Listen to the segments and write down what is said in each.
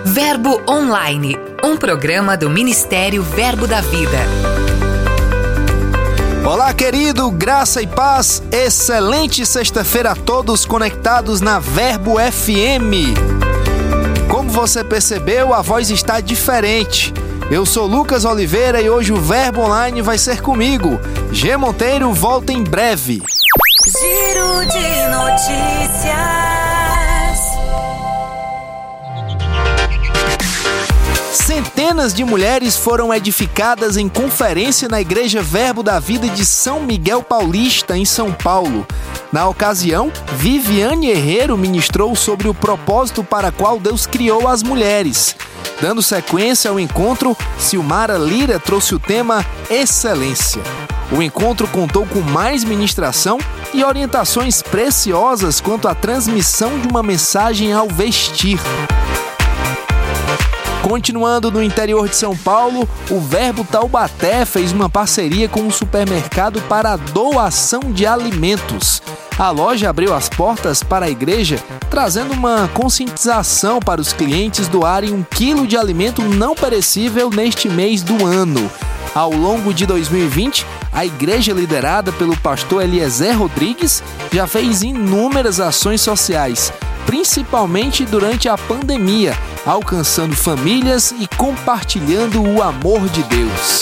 Verbo Online, um programa do Ministério Verbo da Vida. Olá, querido, graça e paz, excelente sexta-feira a todos conectados na Verbo FM. Como você percebeu, a voz está diferente. Eu sou Lucas Oliveira e hoje o Verbo Online vai ser comigo. G. Monteiro volta em breve. Giro de notícias. Centenas de mulheres foram edificadas em conferência na Igreja Verbo da Vida de São Miguel Paulista, em São Paulo. Na ocasião, Viviane Herrero ministrou sobre o propósito para qual Deus criou as mulheres. Dando sequência ao encontro, Silmara Lira trouxe o tema Excelência. O encontro contou com mais ministração e orientações preciosas quanto à transmissão de uma mensagem ao vestir. Continuando no interior de São Paulo, o Verbo Taubaté fez uma parceria com um supermercado para a doação de alimentos. A loja abriu as portas para a igreja, trazendo uma conscientização para os clientes doarem 1 quilo de alimento não perecível neste mês do ano. Ao longo de 2020, a igreja liderada pelo pastor Eliezer Rodrigues já fez inúmeras ações sociais, principalmente durante a pandemia, alcançando famílias e compartilhando o amor de Deus.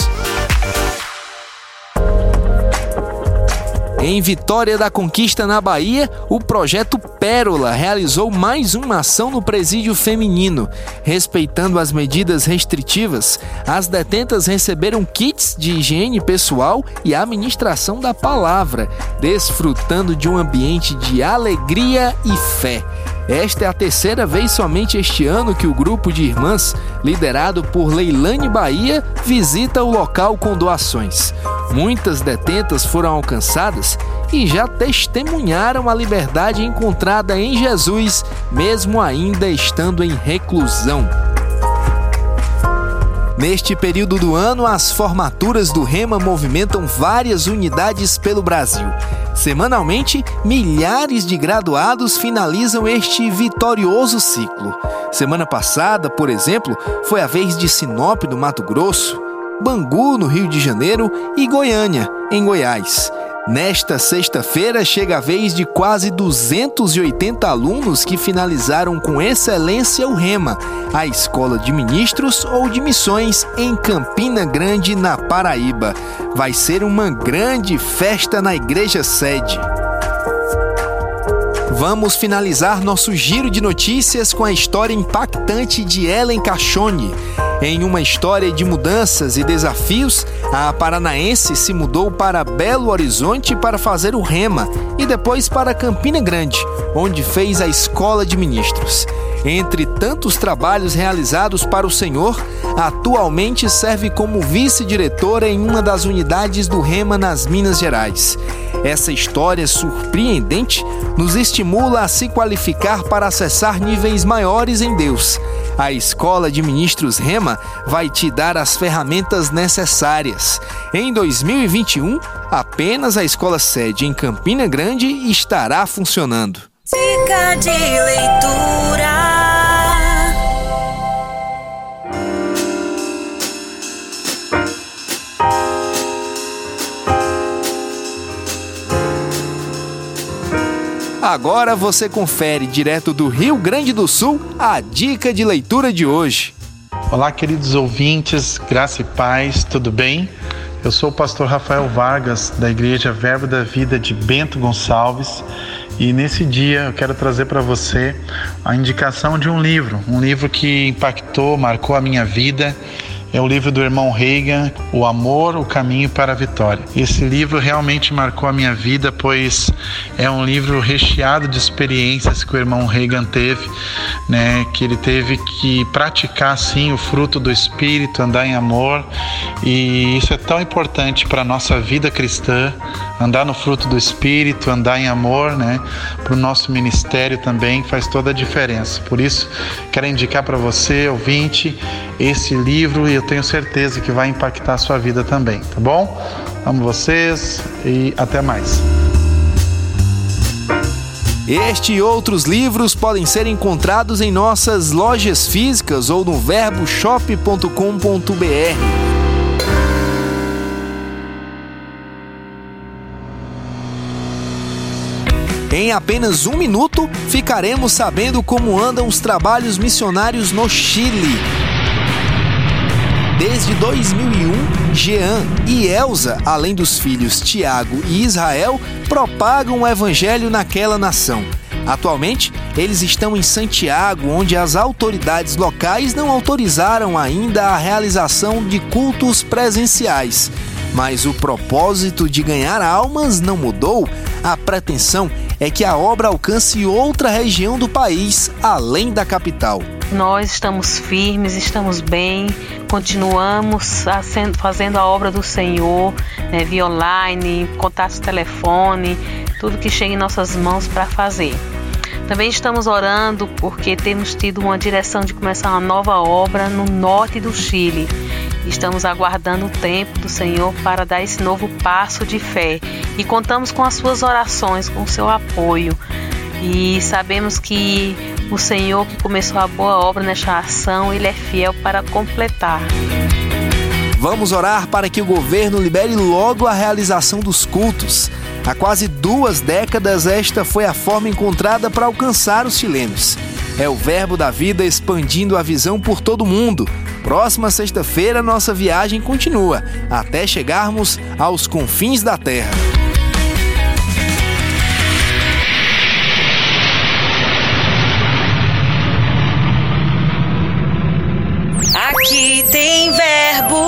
Em Vitória da Conquista, na Bahia, o projeto Pérola realizou mais uma ação no presídio feminino. Respeitando as medidas restritivas, as detentas receberam kits de higiene pessoal e a ministração da palavra, desfrutando de um ambiente de alegria e fé. Esta é a terceira vez somente este ano que o grupo de irmãs, liderado por Leilane Bahia, visita o local com doações. Muitas detentas foram alcançadas e já testemunharam a liberdade encontrada em Jesus, mesmo ainda estando em reclusão. Neste período do ano, as formaturas do Rema movimentam várias unidades pelo Brasil. Semanalmente, milhares de graduados finalizam este vitorioso ciclo. Semana passada, por exemplo, foi a vez de Sinop, no Mato Grosso, Bangu, no Rio de Janeiro e Goiânia, em Goiás. Nesta sexta-feira, chega a vez de quase 280 alunos que finalizaram com excelência o Rema, a Escola de Ministros ou de Missões em Campina Grande, na Paraíba. Vai ser uma grande festa na igreja sede. Vamos finalizar nosso giro de notícias com a história impactante de Ellen Cachone. Em uma história de mudanças e desafios, a paranaense se mudou para Belo Horizonte para fazer o Rema e depois para Campina Grande, onde fez a Escola de Ministros. Entre tantos trabalhos realizados para o Senhor, atualmente serve como vice-diretora em uma das unidades do Rema nas Minas Gerais. Essa história surpreendente nos estimula a se qualificar para acessar níveis maiores em Deus. A Escola de Ministros Rema vai te dar as ferramentas necessárias. Em 2021, apenas a escola sede em Campina Grande estará funcionando. Dica de leitura. Agora você confere direto do Rio Grande do Sul a dica de leitura de hoje. Olá, queridos ouvintes, graça e paz, tudo bem? Eu sou o pastor Rafael Vargas, da Igreja Verbo da Vida de Bento Gonçalves, e nesse dia eu quero trazer para você a indicação de um livro que impactou, marcou a minha vida. É o livro do irmão Reagan, O Amor, o Caminho para a Vitória. Esse livro realmente marcou a minha vida, pois é um livro recheado de experiências que o irmão Reagan teve, né? Que ele teve que praticar, sim, o fruto do Espírito, andar em amor. E isso é tão importante para a nossa vida cristã, andar no fruto do Espírito, andar em amor, né? Para o nosso ministério também faz toda a diferença. Por isso, quero indicar para você, ouvinte, esse livro, e eu tenho certeza que vai impactar a sua vida também, tá bom? Amo vocês e até mais. Este e outros livros podem ser encontrados em nossas lojas físicas ou no verboshop.com.br. Em apenas 1 minuto, ficaremos sabendo como andam os trabalhos missionários no Chile. Desde 2001, Jean e Elza, além dos filhos Tiago e Israel, propagam o evangelho naquela nação. Atualmente, eles estão em Santiago, onde as autoridades locais não autorizaram ainda a realização de cultos presenciais. Mas o propósito de ganhar almas não mudou. A pretensão é que a obra alcance outra região do país, além da capital. Nós estamos firmes, estamos bem, continuamos fazendo a obra do Senhor, via online, contato telefone, tudo que chega em nossas mãos para fazer. Também estamos orando porque temos tido uma direção de começar uma nova obra no norte do Chile. Estamos aguardando o tempo do Senhor para dar esse novo passo de fé e contamos com as suas orações, com o seu apoio. E sabemos que o Senhor que começou a boa obra nesta ação, Ele é fiel para completar. Vamos orar para que o governo libere logo a realização dos cultos. Há quase 2 décadas, esta foi a forma encontrada para alcançar os chilenos. É o Verbo da Vida expandindo a visão por todo o mundo. Próxima sexta-feira, nossa viagem continua, até chegarmos aos confins da terra. Aqui tem verbo.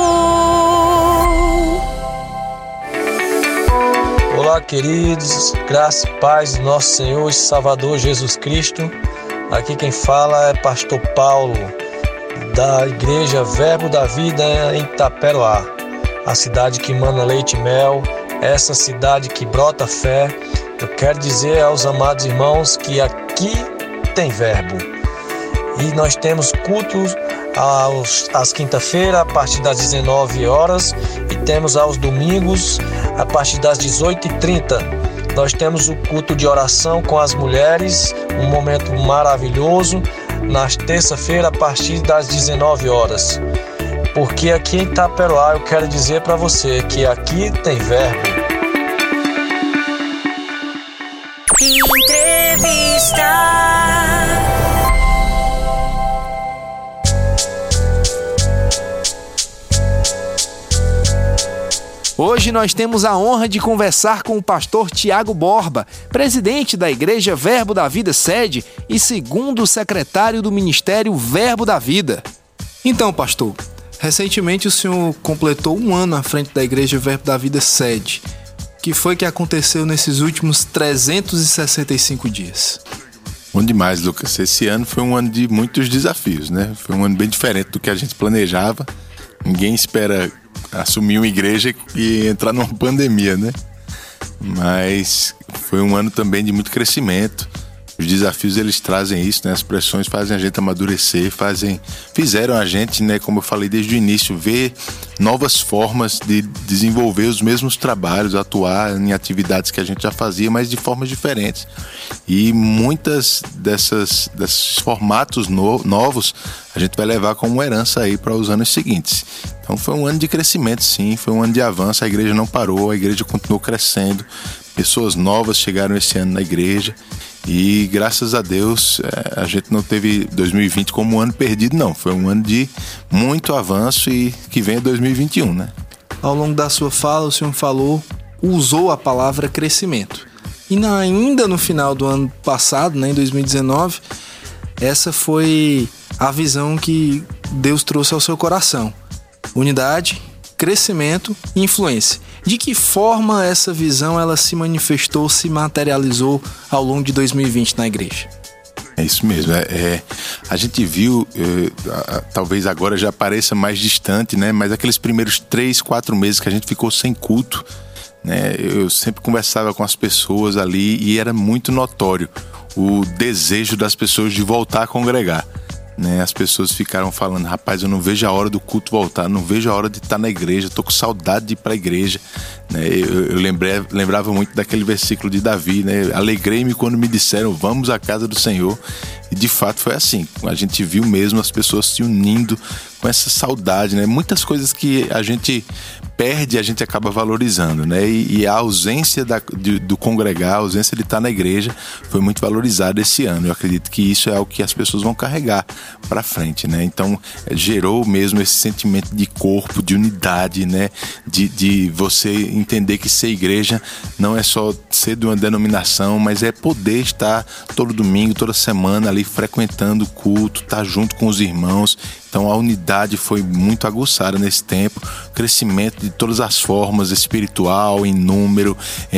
Olá, queridos, graça e paz do nosso Senhor e Salvador Jesus Cristo. Aqui quem fala é Pastor Paulo, da Igreja Verbo da Vida em Itaperoá, a cidade que emana leite e mel, essa cidade que brota fé. Eu quero dizer aos amados irmãos que aqui tem verbo. E nós temos cultos às quinta-feiras, a partir das 19 horas, e temos aos domingos, a partir das 18h30. Nós temos o culto de oração com as mulheres, um momento maravilhoso, nas terça-feira, a partir das 19 horas. Porque aqui em Itaperoá, eu quero dizer para você que aqui tem verbo. Entrevista. Hoje nós temos a honra de conversar com o pastor Tiago Borba, presidente da Igreja Verbo da Vida Sede e segundo secretário do Ministério Verbo da Vida. Então, pastor, recentemente o senhor completou 1 ano à frente da Igreja Verbo da Vida Sede. O que foi que aconteceu nesses últimos 365 dias? Bom demais, Lucas. Esse ano foi um ano de muitos desafios, né? Foi um ano bem diferente do que a gente planejava. Ninguém espera assumir uma igreja e entrar numa pandemia, né? Mas foi um ano também de muito crescimento. Os desafios, eles trazem isso, né? As pressões fazem a gente amadurecer, fizeram a gente, né, como eu falei desde o início, ver novas formas de desenvolver os mesmos trabalhos, atuar em atividades que a gente já fazia, mas de formas diferentes. E muitas desses formatos novos a gente vai levar como herança aí para os anos seguintes. Então foi um ano de crescimento, sim, foi um ano de avanço, a igreja não parou, a igreja continuou crescendo, pessoas novas chegaram esse ano na igreja. E graças a Deus a gente não teve 2020 como um ano perdido, não. Foi um ano de muito avanço e que vem 2021, né? Ao longo da sua fala, o senhor usou a palavra crescimento. E ainda no final do ano passado, né, em 2019, essa foi a visão que Deus trouxe ao seu coração. Unidade, crescimento e influência. De que forma essa visão ela se manifestou, se materializou ao longo de 2020 na igreja? É isso mesmo. A gente viu, talvez agora já pareça mais distante, né? Mas aqueles primeiros 3-4 meses que a gente ficou sem culto, né? Eu sempre conversava com as pessoas ali e era muito notório o desejo das pessoas de voltar a congregar. né? As pessoas ficaram falando: rapaz, eu não vejo a hora do culto voltar, não vejo a hora de estar na igreja, tô com saudade de ir para a igreja, né? Eu lembrava muito daquele versículo de Davi, né? Alegrei-me quando me disseram: vamos à casa do Senhor. E de fato foi assim, a gente viu mesmo as pessoas se unindo com essa saudade, né? Muitas coisas que a gente perde, a gente acaba valorizando, né? E a ausência do congregar, a ausência de estar na igreja foi muito valorizada esse ano. Eu acredito que isso é algo que as pessoas vão carregar para frente, né? Então gerou mesmo esse sentimento de corpo, de unidade, né? De você entender que ser igreja não é só ser de uma denominação, mas é poder estar todo domingo, toda semana ali frequentando o culto, estar junto com os irmãos. Então a unidade foi muito aguçada nesse tempo, crescimento de todas as formas, espiritual, em número,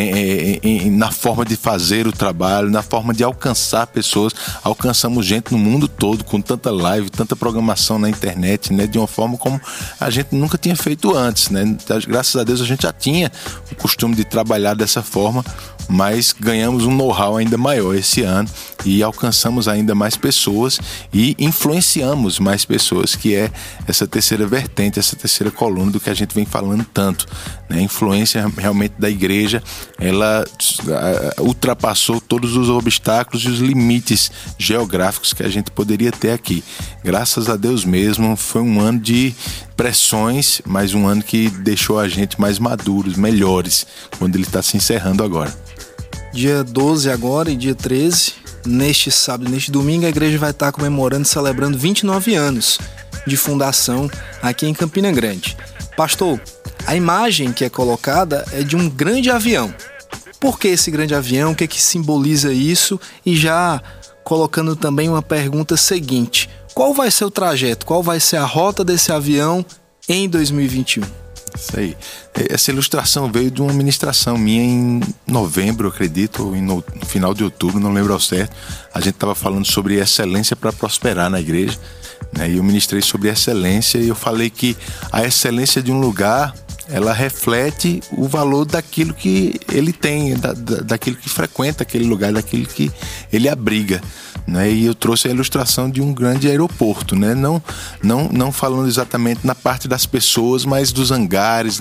na forma de fazer o trabalho, na forma de alcançar pessoas. Alcançamos gente no mundo todo com tanta live, tanta programação na internet, né? De uma forma como a gente nunca tinha feito antes, né? Graças a Deus a gente já tinha o costume de trabalhar dessa forma, mas ganhamos um know-how ainda maior esse ano e alcançamos ainda mais pessoas e influenciamos mais pessoas, que é essa terceira vertente, essa terceira coluna do que a gente vem falando tanto, né? A influência realmente da igreja, ela ultrapassou todos os obstáculos e os limites geográficos que a gente poderia ter aqui. Graças a Deus mesmo, foi um ano de pressões, mas um ano que deixou a gente mais maduros, melhores, quando ele está se encerrando agora. Dia 12 agora e dia 13, neste sábado e neste domingo, a igreja vai estar comemorando e celebrando 29 anos de fundação aqui em Campina Grande. Pastor, a imagem que é colocada é de um grande avião. Por que esse grande avião? O que simboliza isso? E já colocando também uma pergunta seguinte: qual vai ser o trajeto, qual vai ser a rota desse avião em 2021? Isso aí. Essa ilustração veio de uma ministração minha em novembro, acredito, ou no final de outubro, não lembro ao certo. A gente estava falando sobre excelência para prosperar na igreja, né? E eu ministrei sobre excelência e eu falei que a excelência de um lugar, ela reflete o valor daquilo que ele tem, daquilo que frequenta aquele lugar, daquilo que ele abriga, né? E eu trouxe a ilustração de um grande aeroporto, né? Não falando exatamente na parte das pessoas, mas dos hangares,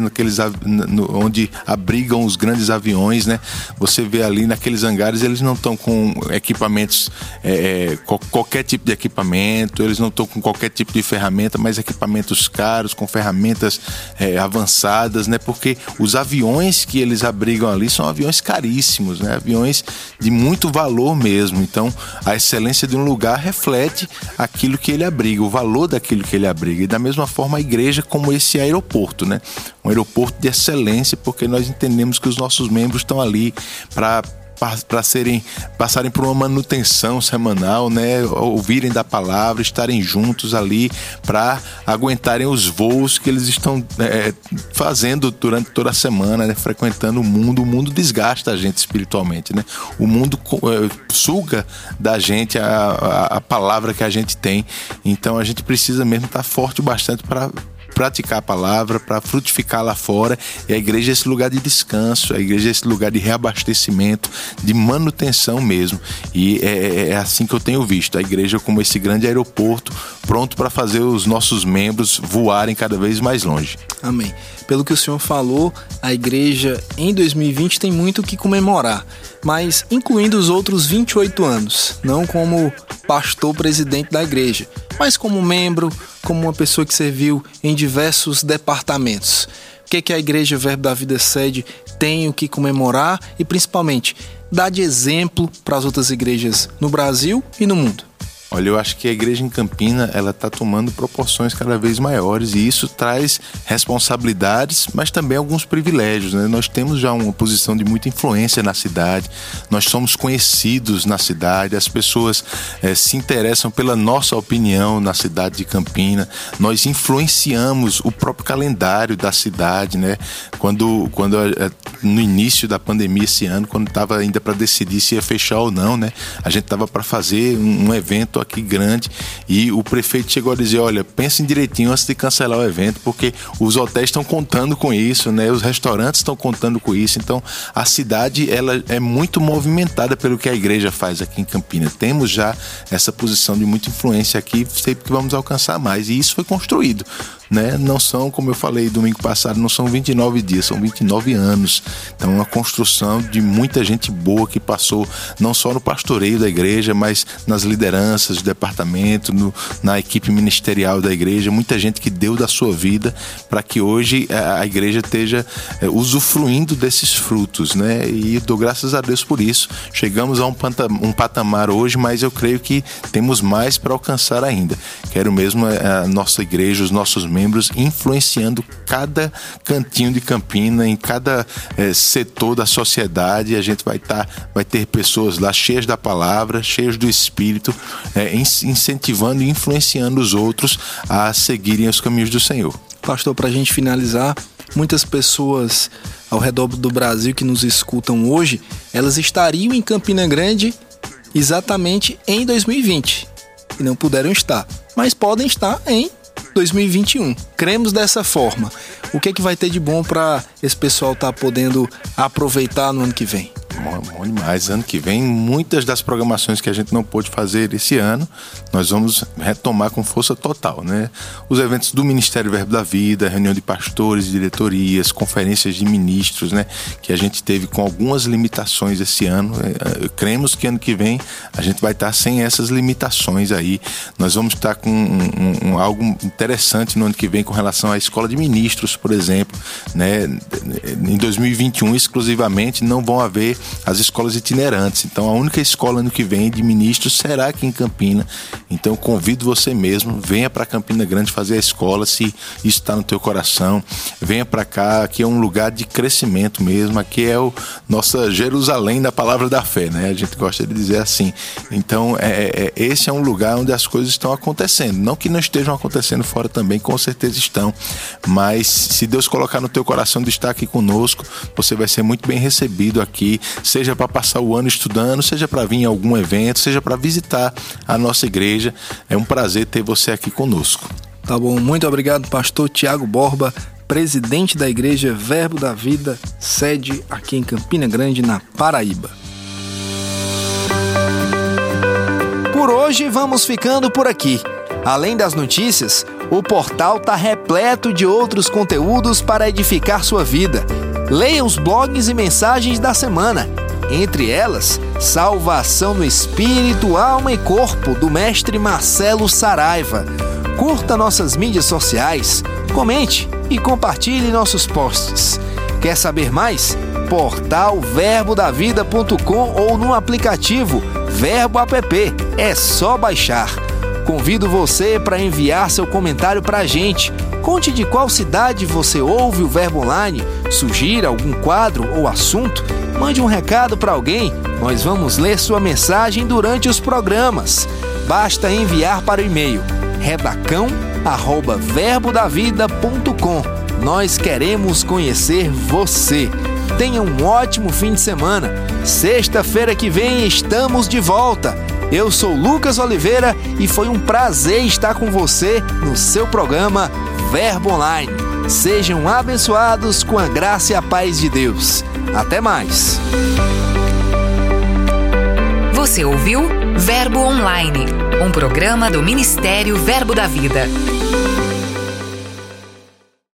onde abrigam os grandes aviões, né? Você vê ali naqueles hangares, eles não estão com equipamentos, qualquer tipo de equipamento, eles não estão com qualquer tipo de ferramenta, mas equipamentos caros, com ferramentas avançadas, né? Porque os aviões que eles abrigam ali são aviões caríssimos, né? Aviões de muito valor mesmo. Então a excelência de um lugar reflete aquilo que ele abriga, o valor daquilo que ele abriga. E da mesma forma a igreja como esse aeroporto, né? Um aeroporto de excelência, porque nós entendemos que os nossos membros estão ali para passarem por uma manutenção semanal, né? Ouvirem da palavra, estarem juntos ali para aguentarem os voos que eles estão fazendo durante toda a semana, né? Frequentando o mundo desgasta a gente espiritualmente, né? O mundo suga da gente a palavra que a gente tem, então a gente precisa mesmo estar forte bastante para praticar a palavra, para frutificar lá fora. E a igreja é esse lugar de descanso, a igreja é esse lugar de reabastecimento, de manutenção mesmo. E é assim que eu tenho visto a igreja como esse grande aeroporto, pronto para fazer os nossos membros voarem cada vez mais longe. Amém. Pelo que o senhor falou, a igreja em 2020 tem muito o que comemorar, mas incluindo os outros 28 anos, não como pastor presidente da igreja, mas como membro, como uma pessoa que serviu em diversos departamentos. O que a Igreja Verbo da Vida Sede tem o que comemorar e, principalmente, dar de exemplo para as outras igrejas no Brasil e no mundo? Olha, eu acho que a igreja em Campina, ela está tomando proporções cada vez maiores e isso traz responsabilidades, mas também alguns privilégios, né? Nós temos já uma posição de muita influência na cidade, nós somos conhecidos na cidade, as pessoas se interessam pela nossa opinião na cidade de Campina, nós influenciamos o próprio calendário da cidade, né? Quando no início da pandemia esse ano, quando estava ainda para decidir se ia fechar ou não, né? A gente estava para fazer um evento evento aqui grande e o prefeito chegou a dizer, olha, pensem direitinho antes de cancelar o evento, porque os hotéis estão contando com isso, né? Os restaurantes estão contando com isso. Então, a cidade ela é muito movimentada pelo que a igreja faz aqui em Campinas. Temos já essa posição de muita influência aqui, sempre que vamos alcançar mais. E isso foi construído, né? Não são, como eu falei domingo passado, não são 29 dias, são 29 anos. Então, é uma construção de muita gente boa que passou não só no pastoreio da igreja, mas nas lideranças do departamento, na equipe ministerial da igreja. Muita gente que deu da sua vida para que hoje a igreja esteja usufruindo desses frutos, né? E dou graças a Deus por isso. Chegamos a um patamar hoje, mas eu creio que temos mais para alcançar ainda. Quero mesmo a nossa igreja, os nossos membros influenciando cada cantinho de Campina, em cada setor da sociedade. A gente vai ter pessoas lá cheias da palavra, cheias do Espírito, incentivando e influenciando os outros a seguirem os caminhos do Senhor. Pastor, para a gente finalizar, muitas pessoas ao redor do Brasil que nos escutam hoje, elas estariam em Campina Grande exatamente em 2020 e não puderam estar, mas podem estar em 2021. Cremos dessa forma. O que é que vai ter de bom para esse pessoal estar podendo aproveitar no ano que vem? Bom demais. Ano que vem, muitas das programações que a gente não pôde fazer esse ano, nós vamos retomar com força total, né? Os eventos do Ministério Verbo da Vida, reunião de pastores, diretorias, conferências de ministros, né? Que a gente teve com algumas limitações esse ano. Cremos que ano que vem a gente vai estar sem essas limitações aí. Nós vamos estar com algo interessante no ano que vem com relação à escola de ministros, por exemplo, né? Em 2021, exclusivamente, não vão haver as escolas itinerantes. Então, a única escola ano que vem de ministros será aqui em Campina. Então, convido você mesmo, venha para Campina Grande fazer a escola, se isso está no teu coração. Venha para cá, aqui é um lugar de crescimento mesmo. Aqui é o nossa Jerusalém da palavra da fé, né? A gente gosta de dizer assim. Então, esse é um lugar onde as coisas estão acontecendo. Não que não estejam acontecendo fora também, com certeza estão. Mas, se Deus colocar no teu coração de estar aqui conosco, você vai ser muito bem recebido aqui, seja para passar o ano estudando, seja para vir em algum evento, seja para visitar a nossa igreja. É um prazer ter você aqui conosco. Tá bom, muito obrigado, pastor Tiago Borba, presidente da Igreja Verbo da Vida, sede aqui em Campina Grande, na Paraíba. Por hoje vamos ficando por aqui. Além das notícias, o portal está repleto de outros conteúdos para edificar sua vida. Leia os blogs e mensagens da semana. Entre elas, Salvação no Espírito, Alma e Corpo, do mestre Marcelo Saraiva. Curta nossas mídias sociais, comente e compartilhe nossos posts. Quer saber mais? Portal verbodavida.com ou no aplicativo Verbo App. É só baixar. Convido você para enviar seu comentário para a gente. Conte de qual cidade você ouve o Verbo Online, sugira algum quadro ou assunto, mande um recado para alguém, nós vamos ler sua mensagem durante os programas. Basta enviar para o e-mail redacão@verbodavida.com. Nós queremos conhecer você. Tenha um ótimo fim de semana. Sexta-feira que vem estamos de volta. Eu sou Lucas Oliveira e foi um prazer estar com você no seu programa Verbo Online. Sejam abençoados com a graça e a paz de Deus. Até mais. Você ouviu Verbo Online, um programa do Ministério Verbo da Vida.